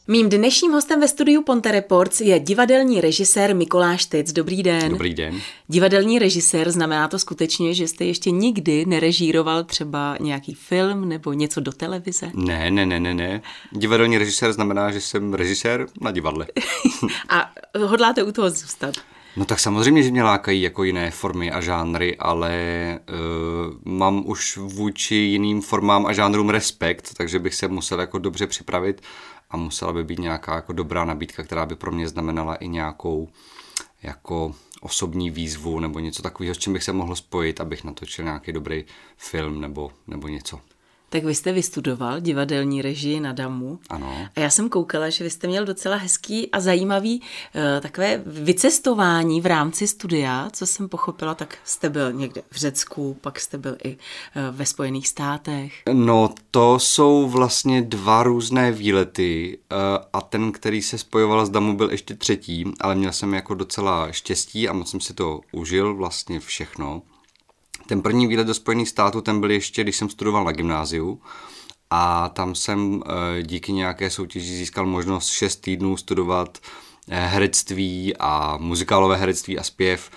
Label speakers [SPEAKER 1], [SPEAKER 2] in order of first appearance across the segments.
[SPEAKER 1] Mým dnešním hostem ve studiu Ponte Reports je divadelní režisér Mikoláš Tec. Dobrý den.
[SPEAKER 2] Dobrý den.
[SPEAKER 1] Divadelní režisér, znamená to skutečně, že jste ještě nikdy nerežíroval třeba nějaký film nebo něco do televize?
[SPEAKER 2] Ne. Divadelní režisér znamená, že jsem režisér na divadle.
[SPEAKER 1] A hodláte u toho zůstat?
[SPEAKER 2] No tak samozřejmě, že mě lákají jako jiné formy a žánry, ale mám už vůči jiným formám a žánrům respekt, takže bych se musel jako dobře připravit a musela by být nějaká jako dobrá nabídka, která by pro mě znamenala i nějakou jako osobní výzvu nebo něco takového, s čím bych se mohl spojit, abych natočil nějaký dobrý film nebo něco.
[SPEAKER 1] Tak vy jste vystudoval divadelní režii na DAMu.
[SPEAKER 2] Ano.
[SPEAKER 1] A já jsem koukala, že vy jste měl docela hezký a zajímavý takové vycestování v rámci studia, co jsem pochopila, tak jste byl někde v Řecku, pak jste byl i ve Spojených státech.
[SPEAKER 2] No to jsou vlastně dva různé výlety a ten, který se spojoval s DAMu, byl ještě třetí, ale měl jsem jako docela štěstí a moc jsem si to užil vlastně všechno. Ten první výlet do Spojených států, ten byl ještě, když jsem studoval na gymnáziu a tam jsem díky nějaké soutěži získal možnost 6 týdnů studovat herectví a muzikálové herectví a zpěv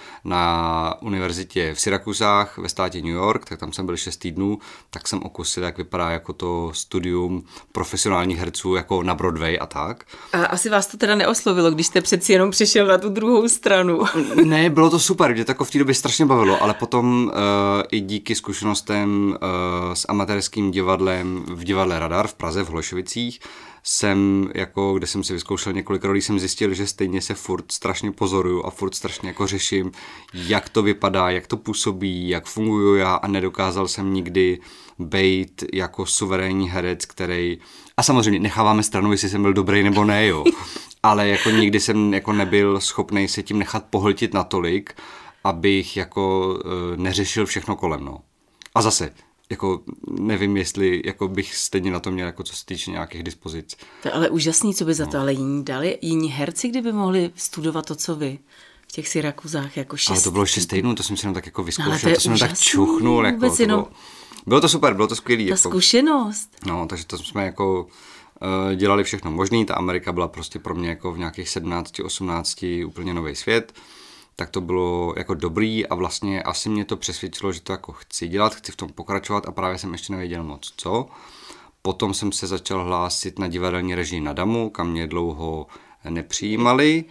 [SPEAKER 2] na univerzitě v Syrakusách ve státě New York, tak tam jsem byl 6 týdnů, tak jsem okusil, jak vypadá jako to studium profesionálních herců jako na Broadway a tak.
[SPEAKER 1] A asi vás to teda neoslovilo, když jste přeci jenom přišel na tu druhou stranu.
[SPEAKER 2] Ne, bylo to super, mě to jako v té době strašně bavilo, ale potom i díky zkušenostem s amatérským divadlem v divadle Radar v Praze v Holešovicích jsem, jako, kde jsem si vyzkoušel několik rolí, jsem zjistil, že stejně se furt strašně pozoruju a furt strašně jako řeším, jak to vypadá, jak to působí, jak funguju já a nedokázal jsem nikdy bejt jako suverénní herec, který, a samozřejmě necháváme stranu, jestli jsem byl dobrý nebo ne, jo, ale jako nikdy jsem jako nebyl schopnej se tím nechat pohltit natolik, abych jako neřešil všechno kolem, no. A zase, jako nevím, jestli jako bych stejně na to měl, jako co se týče nějakých dispozic.
[SPEAKER 1] To je ale úžasný, co by za to ale jiní dali. Jiní herci, kdyby mohli studovat to, co vy v těch Syrakuzách jako 6.
[SPEAKER 2] Ale to bylo 6 týdnů, to jsem si jenom tak jako vyzkoušel, to jsem tak čuchnul. Jako, to
[SPEAKER 1] jenom...
[SPEAKER 2] Bylo to super, bylo to skvělý.
[SPEAKER 1] Ta
[SPEAKER 2] jako,
[SPEAKER 1] zkušenost.
[SPEAKER 2] No, takže to jsme jako dělali všechno možný, ta Amerika byla prostě pro mě jako v nějakých 17, 18 úplně nový svět. Tak to bylo jako dobrý a vlastně asi mě to přesvědčilo, že to jako chci dělat, chci v tom pokračovat a právě jsem ještě nevěděl moc co. Potom jsem se začal hlásit na divadelní režii na DAMu, kam mě dlouho nepřijímali,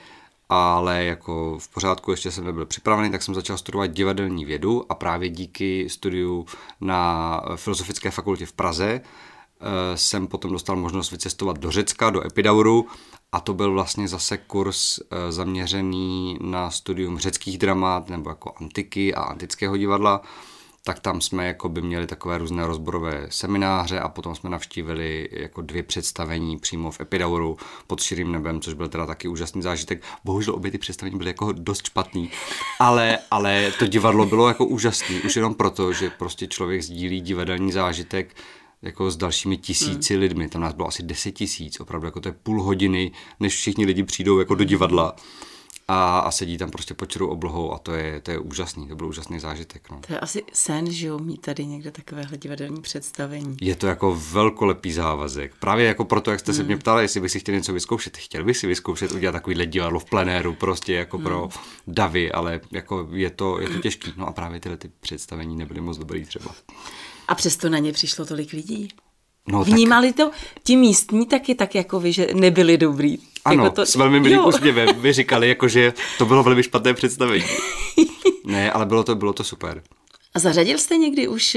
[SPEAKER 2] ale jako v pořádku ještě jsem nebyl připravený, tak jsem začal studovat divadelní vědu a právě díky studiu na Filozofické fakultě v Praze jsem potom dostal možnost vycestovat do Řecka, do Epidauru a to byl vlastně zase kurz zaměřený na studium řeckých dramat nebo jako antiky a antického divadla, tak tam jsme jako by měli takové různé rozborové semináře a potom jsme navštívili jako 2 představení přímo v Epidauru pod širým nebem, což byl teda taky úžasný zážitek. Bohužel obě ty představení byly jako dost špatný, ale to divadlo bylo jako úžasný, už jenom proto, že prostě člověk sdílí divadelní zážitek jako s dalšími 1000 lidmi, tam nás bylo asi 10 000, opravdu jako to je půl hodiny, než všichni lidi přijdou jako do divadla a sedí tam prostě pod čirou oblohou a to je úžasný, to byl úžasný zážitek. No.
[SPEAKER 1] To je asi sen, že jo, mít tady někde takovéhle divadelní představení.
[SPEAKER 2] Je to jako velkolepý závazek, právě jako proto, jak jste se mě ptala, jestli bych si chtěl něco vyzkoušet, chtěl bych si vyzkoušet udělat takovýhle divadlo v plenéru, prostě jako pro davy, ale jako je to těžký, no a právě tyhle ty představení nebyly moc dobrý třeba.
[SPEAKER 1] A přesto na ně přišlo tolik lidí.
[SPEAKER 2] No,
[SPEAKER 1] vnímali to ti místní taky tak jako vy, že nebyli dobrý.
[SPEAKER 2] Ano,
[SPEAKER 1] jako to...
[SPEAKER 2] s velmi milým úsměvem vy říkali, jako, že to bylo velmi špatné představení. Ne, ale bylo to super.
[SPEAKER 1] A zařadil jste někdy už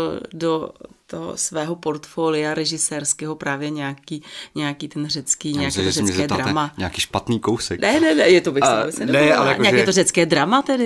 [SPEAKER 1] do toho svého portfolia režisérského právě nějaký ten řecký, nějaké to řecké drama?
[SPEAKER 2] Nějaký špatný kousek.
[SPEAKER 1] Ne, je to bych se
[SPEAKER 2] ne, ale jako,
[SPEAKER 1] nějaké to řecké drama tedy?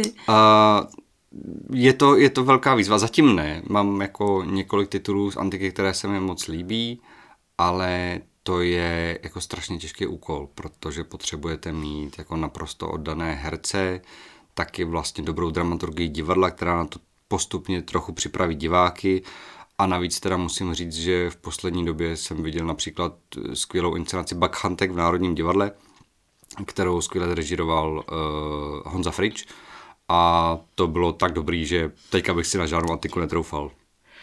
[SPEAKER 2] Je to velká výzva, zatím ne. Mám jako několik titulů z antiky, které se mi moc líbí, ale to je jako strašně těžký úkol, protože potřebujete mít jako naprosto oddané herce, taky vlastně dobrou dramaturgii divadla, která na to postupně trochu připraví diváky a navíc teda musím říct, že v poslední době jsem viděl například skvělou inscenaci Bakchantek v Národním divadle, kterou skvěle režíroval Honza Frič a to bylo tak dobrý, že teďka bych si na žádnou antiku netroufal.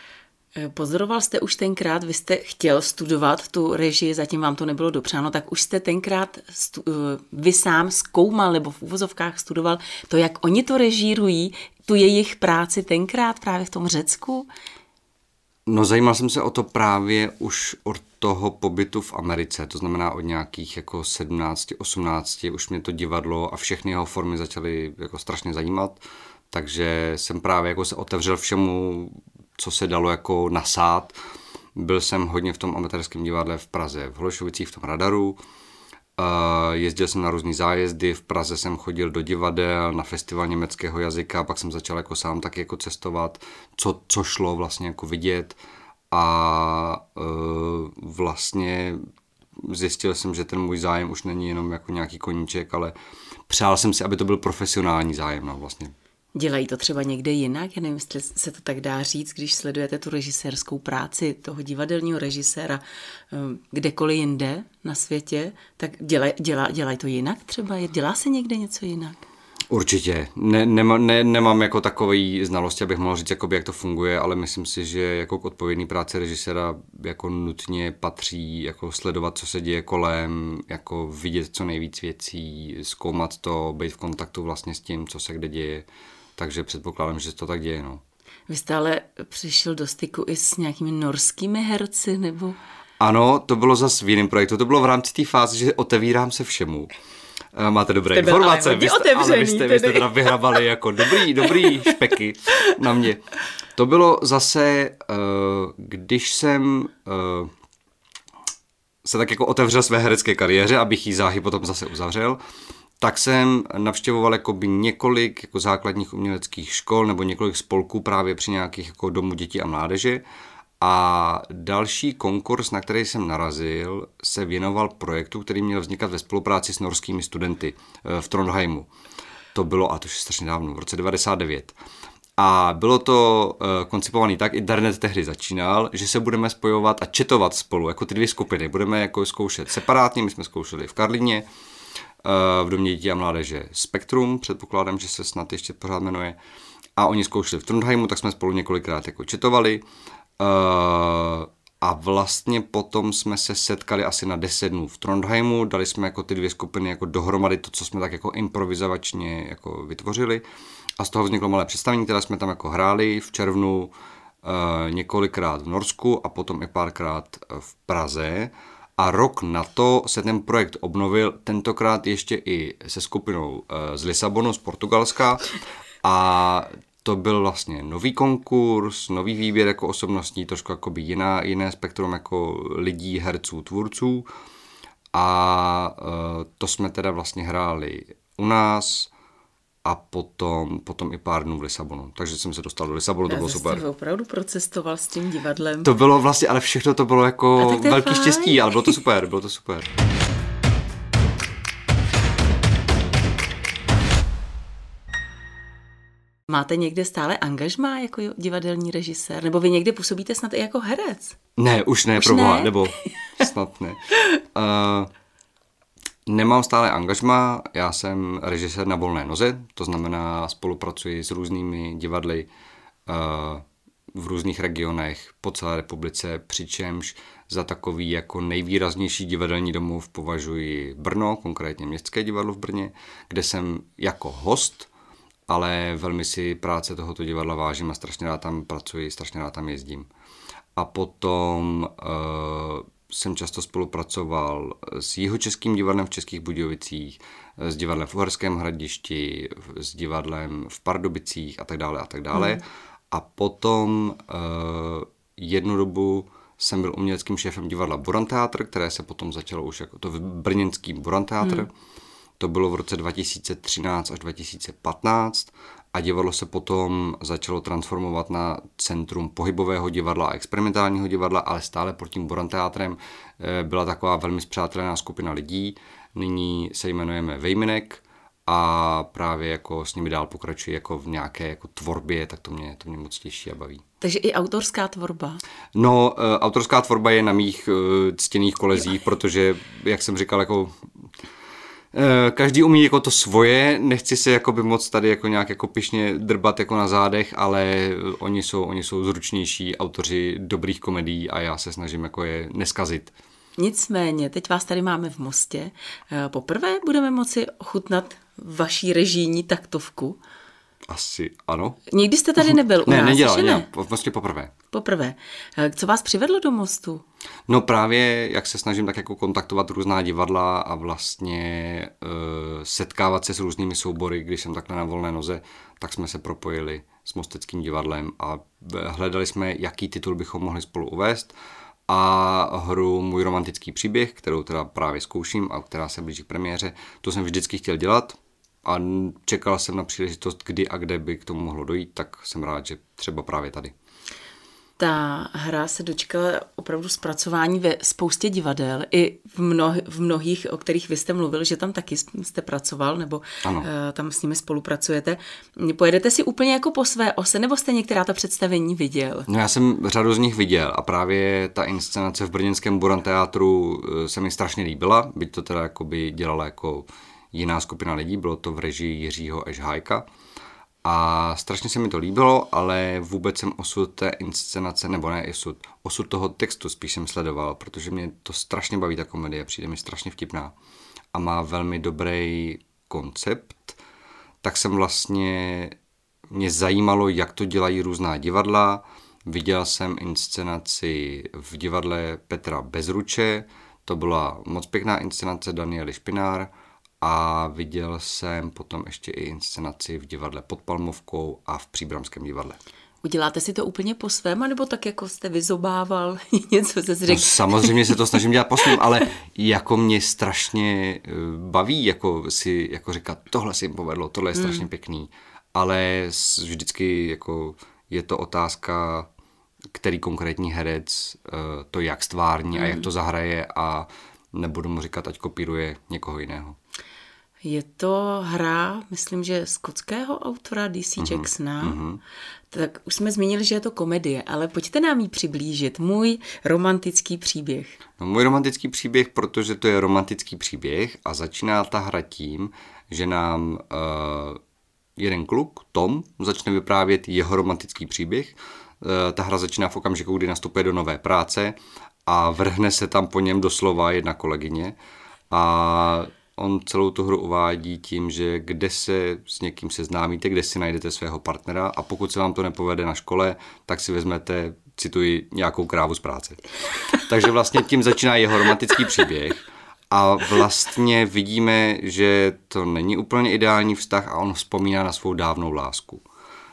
[SPEAKER 1] Pozoroval jste už tenkrát, vy jste chtěl studovat tu režii, zatím vám to nebylo dopřáno, tak už jste tenkrát vy sám zkoumal nebo v uvozovkách studoval to, jak oni to režírují, tu jejich práci tenkrát právě v tom Řecku?
[SPEAKER 2] No, zajímal jsem se o to právě už od toho pobytu v Americe, to znamená od nějakých jako 17, 18, už mě to divadlo a všechny jeho formy začaly jako strašně zajímat, takže jsem právě jako se otevřel všemu, co se dalo jako nasát. Byl jsem hodně v tom amatérském divadle v Praze, v Holešovicích, v tom Radaru. Jezdil jsem na různý zájezdy, v Praze jsem chodil do divadel, na festival německého jazyka, pak jsem začal jako sám taky jako cestovat, co šlo vlastně jako vidět a vlastně zjistil jsem, že ten můj zájem už není jenom jako nějaký koníček, ale přál jsem si, aby to byl profesionální zájem, no vlastně.
[SPEAKER 1] Dělají to třeba někde jinak? Já nevím, jestli se to tak dá říct, když sledujete tu režisérskou práci toho divadelního režiséra kdekoliv jinde na světě, tak dělají to jinak třeba? Dělá se někde něco jinak?
[SPEAKER 2] Určitě. Nemám jako takový znalosti, abych mohl říct, jakoby, jak to funguje, ale myslím si, že jako k odpovědný práci režiséra jako nutně patří jako sledovat, co se děje kolem, jako vidět co nejvíc věcí, zkoumat to, být v kontaktu vlastně s tím, co se kde děje. Takže předpokládám, že se to tak děje. No.
[SPEAKER 1] Vy jste ale přišel do styku i s nějakými norskými herci, nebo?
[SPEAKER 2] Ano, to bylo zase v jiném projektu. To bylo v rámci té fáze, že otevírám se všemu. Máte dobré informace, ale vy jste teda vyhrabali jako dobrý špeky na mě. To bylo zase, když jsem se tak jako otevřel své herecké kariéře, abych ji záhy potom zase uzavřel, tak jsem navštěvoval jakoby několik jako základních uměleckých škol nebo několik spolků právě při nějakých jako domů dětí a mládeže. A další konkurs, na který jsem narazil, se věnoval projektu, který měl vznikat ve spolupráci s norskými studenty v Trondheimu. To bylo, a to je strašně dávno, v roce 99. A bylo to koncipované tak, internet tehdy začínal, že se budeme spojovat a chatovat spolu, jako ty dvě skupiny. Budeme jako zkoušet separátně, my jsme zkoušeli v Karlíně, v domě dětí a mládeže Spektrum, předpokládám, že se snad ještě pořád jmenuje. A oni zkoušeli v Trondheimu, tak jsme spolu několikrát jako chatovali. A vlastně potom jsme se setkali asi na 10 dnů v Trondheimu, dali jsme jako ty dvě skupiny jako dohromady to, co jsme tak jako improvizovačně jako vytvořili a z toho vzniklo malé představení, které jsme tam jako hráli v červnu několikrát v Norsku a potom i párkrát v Praze a rok na to se ten projekt obnovil, tentokrát ještě i se skupinou z Lisabonu, z Portugalska a to byl vlastně nový konkurs, nový výběr jako osobností, trošku jakoby jiné spektrum jako lidí, herců, tvůrců a to jsme teda vlastně hráli u nás a potom i pár dnů v Lisabonu. Takže jsem se dostal do Lisabonu, to bylo super.
[SPEAKER 1] Jste opravdu procestoval s tím divadlem.
[SPEAKER 2] To bylo vlastně, ale všechno to bylo jako velký štěstí, ale bylo to super.
[SPEAKER 1] Máte někde stále angažmá jako divadelní režisér? Nebo vy někde působíte snad i jako herec?
[SPEAKER 2] Ne, už ne, proboha, nebo snad ne. Nemám stále angažmá, já jsem režisér na volné noze, to znamená spolupracuji s různými divadly v různých regionech po celé republice, přičemž za takový jako nejvýraznější divadelní domov považuji Brno, konkrétně Městské divadlo v Brně, kde jsem jako host, ale velmi si práce tohoto divadla vážím a strašně rád tam pracuji, strašně rád tam jezdím. A potom jsem často spolupracoval s Jihočeským divadlem v Českých Budějovicích, s divadlem v Uherském Hradišti, s divadlem v Pardubicích a tak dále a tak dále. A potom jednu dobu jsem byl uměleckým šéfem divadla Buran Teatr, které se potom začalo už jako to brněnský Buran Teatr. To bylo v roce 2013 až 2015 a divadlo se potom začalo transformovat na centrum pohybového divadla a experimentálního divadla, ale stále pod tím Buran Teatrem byla taková velmi spřátelená skupina lidí. Nyní se jmenujeme Vejminek a právě jako s nimi dál pokračuji jako v nějaké jako tvorbě, tak to mě moc těší a baví.
[SPEAKER 1] Takže i autorská tvorba?
[SPEAKER 2] No, autorská tvorba je na mých ctěných kolezích, protože, jak jsem říkal, jako Každý umí jako to svoje, nechci se jakoby moc tady jako nějak jako pyšně drbat jako na zádech, ale oni jsou zručnější autoři dobrých komedií a já se snažím jako je neskazit.
[SPEAKER 1] Nicméně, teď vás tady máme v Mostě. Poprvé budeme moci ochutnat vaší režijní taktovku.
[SPEAKER 2] Asi ano.
[SPEAKER 1] Nikdy jste tady nebyl u nás,
[SPEAKER 2] nedělal,
[SPEAKER 1] ne?
[SPEAKER 2] Vlastně poprvé.
[SPEAKER 1] Poprvé. Co vás přivedlo do Mostu?
[SPEAKER 2] No právě, jak se snažím tak jako kontaktovat různá divadla a vlastně setkávat se s různými soubory, když jsem takhle na volné noze, tak jsme se propojili s Mosteckým divadlem a hledali jsme, jaký titul bychom mohli spolu uvést a hru Můj romantický příběh, kterou teda právě zkouším a která se blíží k premiéře, to jsem vždycky chtěl dělat a čekal jsem na příležitost, kdy a kde by k tomu mohlo dojít, tak jsem rád, že třeba právě tady.
[SPEAKER 1] Ta hra se dočkala opravdu zpracování ve spoustě divadel, i v mnohých, o kterých vy jste mluvil, že tam taky jste pracoval, nebo tam s nimi spolupracujete. Pojedete si úplně jako po své ose, nebo jste některá ta představení viděl?
[SPEAKER 2] No já jsem řadu z nich viděl a právě ta inscenace v brněnském Buran teátru se mi strašně líbila, byť to teda jakoby dělala jako jiná skupina lidí, bylo to v režii Jiřího Ešhájka. A strašně se mi to líbilo, ale vůbec jsem osud té inscenace, nebo ne osud toho textu spíš jsem sledoval, protože mě to strašně baví, ta komedie, přijde mi strašně vtipná a má velmi dobrý koncept, tak jsem vlastně, mě zajímalo, jak to dělají různá divadla, viděl jsem inscenaci v divadle Petra Bezruče, to byla moc pěkná inscenace Daniely Špinár, a viděl jsem potom ještě i inscenaci v divadle Pod Palmovkou a v Příbramském divadle.
[SPEAKER 1] Uděláte si to úplně po svém, nebo tak jako jste vyzobával něco ze
[SPEAKER 2] řekl? No, samozřejmě se to snažím dělat po svém, ale jako mě strašně baví jako si jako říkat, tohle si jim povedlo, tohle je strašně pěkný, ale vždycky jako je to otázka, který konkrétní herec to jak stvární a jak to zahraje a nebudu mu říkat, ať kopíruje někoho jiného.
[SPEAKER 1] Je to hra, myslím, že skotského autora DC Jacksona. Tak už jsme zmínili, že je to komedie, ale pojďte nám ji přiblížit. Můj romantický příběh.
[SPEAKER 2] No, můj romantický příběh, protože to je romantický příběh a začíná ta hra tím, že nám jeden kluk, Tom, začne vyprávět jeho romantický příběh. Ta hra začíná v okamžiku, kdy nastupuje do nové práce a vrhne se tam po něm doslova jedna kolegyně a on celou tu hru uvádí tím, že kde se s někým seznámíte, kde si najdete svého partnera a pokud se vám to nepovede na škole, tak si vezmete, cituji, nějakou krávu z práce. Takže vlastně tím začíná jeho romantický příběh a vlastně vidíme, že to není úplně ideální vztah a on vzpomíná na svou dávnou lásku.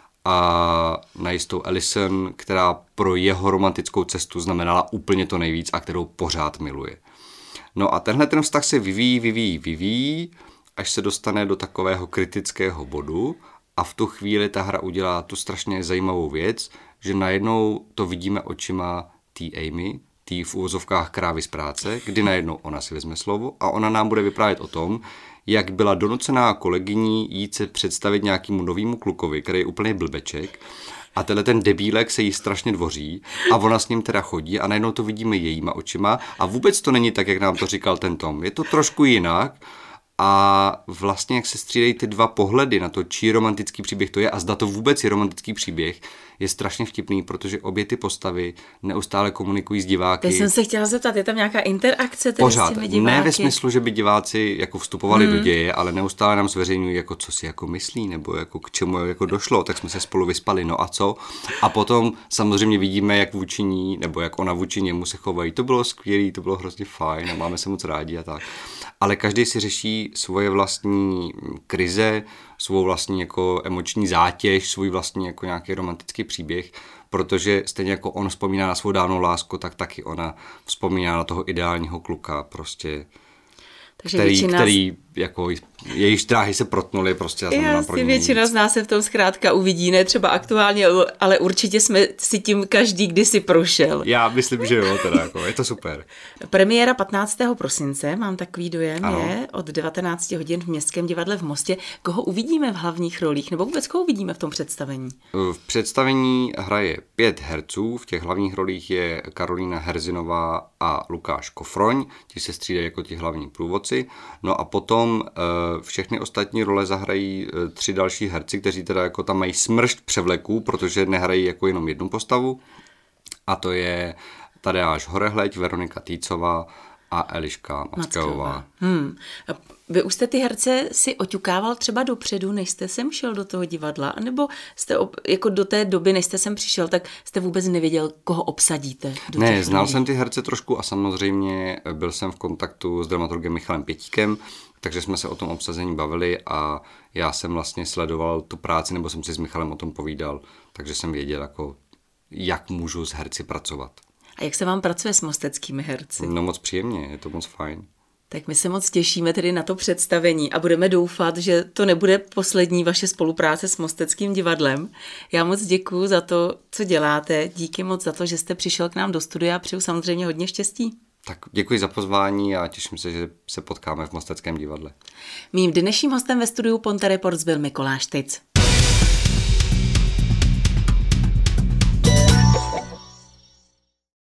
[SPEAKER 2] A na jistou Alison, která pro jeho romantickou cestu znamenala úplně to nejvíc a kterou pořád miluje. No a tenhle ten vztah se vyvíjí, až se dostane do takového kritického bodu a v tu chvíli ta hra udělá tu strašně zajímavou věc, že najednou to vidíme očima té Amy, té v úvozovkách krávy z práce, kdy najednou ona si vezme slovo a ona nám bude vyprávět o tom, jak byla donucená kolegyní jít se představit nějakému novému klukovi, který je úplně blbeček, a tenhle ten debílek se jí strašně dvoří a ona s ním teda chodí a najednou to vidíme jejíma očima a vůbec to není tak, jak nám to říkal ten Tom. Je to trošku jinak a vlastně jak se střídají ty dva pohledy na to, čí romantický příběh to je a zda to vůbec je romantický příběh, je strašně vtipný, protože obě ty postavy neustále komunikují s diváky.
[SPEAKER 1] Teď jsem se chtěla zeptat, je tam nějaká interakce
[SPEAKER 2] pořád,
[SPEAKER 1] s těmi diváky?
[SPEAKER 2] Ne ve smyslu, že by diváci jako vstupovali do děje, ale neustále nám zveřejňují, jako co si jako myslí, nebo jako k čemu jako došlo, tak jsme se spolu vyspali, no a co? A potom samozřejmě vidíme, jak vůči ní, nebo jak ona vůči němu se chovají. To bylo skvělé, to bylo hrozně fajn a máme se moc rádi a tak. Ale každý si řeší svoje vlastní krize, svou vlastní jako emoční zátěž, svůj vlastní jako nějaký romantický příběh, protože stejně jako on vzpomíná na svou dávnou lásku, tak taky ona vzpomíná na toho ideálního kluka, prostě, který jako jejíž dráhy se protnuly prostě.
[SPEAKER 1] Jasně, většina z nás se v tom zkrátka uvidí, ne třeba aktuálně, ale určitě jsme si tím každý kdysi prošel.
[SPEAKER 2] Já myslím, že jo, teda jako, je to super.
[SPEAKER 1] Premiéra 15. prosince, mám takový dojem,
[SPEAKER 2] ano.
[SPEAKER 1] Je od 19 hodin v Městském divadle v Mostě. Koho uvidíme v hlavních rolích, nebo vůbec koho uvidíme v tom představení?
[SPEAKER 2] V představení hraje 5 herců, v těch hlavních rolích je Karolína Herzinová a Lukáš Kofroň, ti se střídají jako ti hlavní průvodci, no a potom potom všechny ostatní role zahrají 3 další herci, kteří teda jako tam mají smršť převleků, protože nehrají jako jenom jednu postavu. A to je Tadeáš Horehleď, Veronika Týcová a Eliška Mackeová.
[SPEAKER 1] Vy už jste ty herce si oťukával třeba dopředu, než jste sem šel do toho divadla, nebo jste jako do té doby, než jste sem přišel, tak jste vůbec nevěděl, koho obsadíte?
[SPEAKER 2] Ne, znal jsem ty herce trošku a samozřejmě byl jsem v kontaktu s dramaturgem Michalem Pětíkem, takže jsme se o tom obsazení bavili a já jsem vlastně sledoval tu práci, nebo jsem si s Michalem o tom povídal, takže jsem věděl, jako, jak můžu s herci pracovat.
[SPEAKER 1] A jak se vám pracuje s mosteckými herci?
[SPEAKER 2] No moc příjemně, je to moc fajn.
[SPEAKER 1] Tak my se moc těšíme tedy na to představení a budeme doufat, že to nebude poslední vaše spolupráce s Mosteckým divadlem. Já moc děkuju za to, co děláte. Díky moc za to, že jste přišel k nám do studia a přeju samozřejmě hodně štěstí.
[SPEAKER 2] Tak děkuji za pozvání a těším se, že se potkáme v Mosteckém divadle.
[SPEAKER 1] Mým dnešním hostem ve studiu Ponte Reports byl Mikoláš Tyc.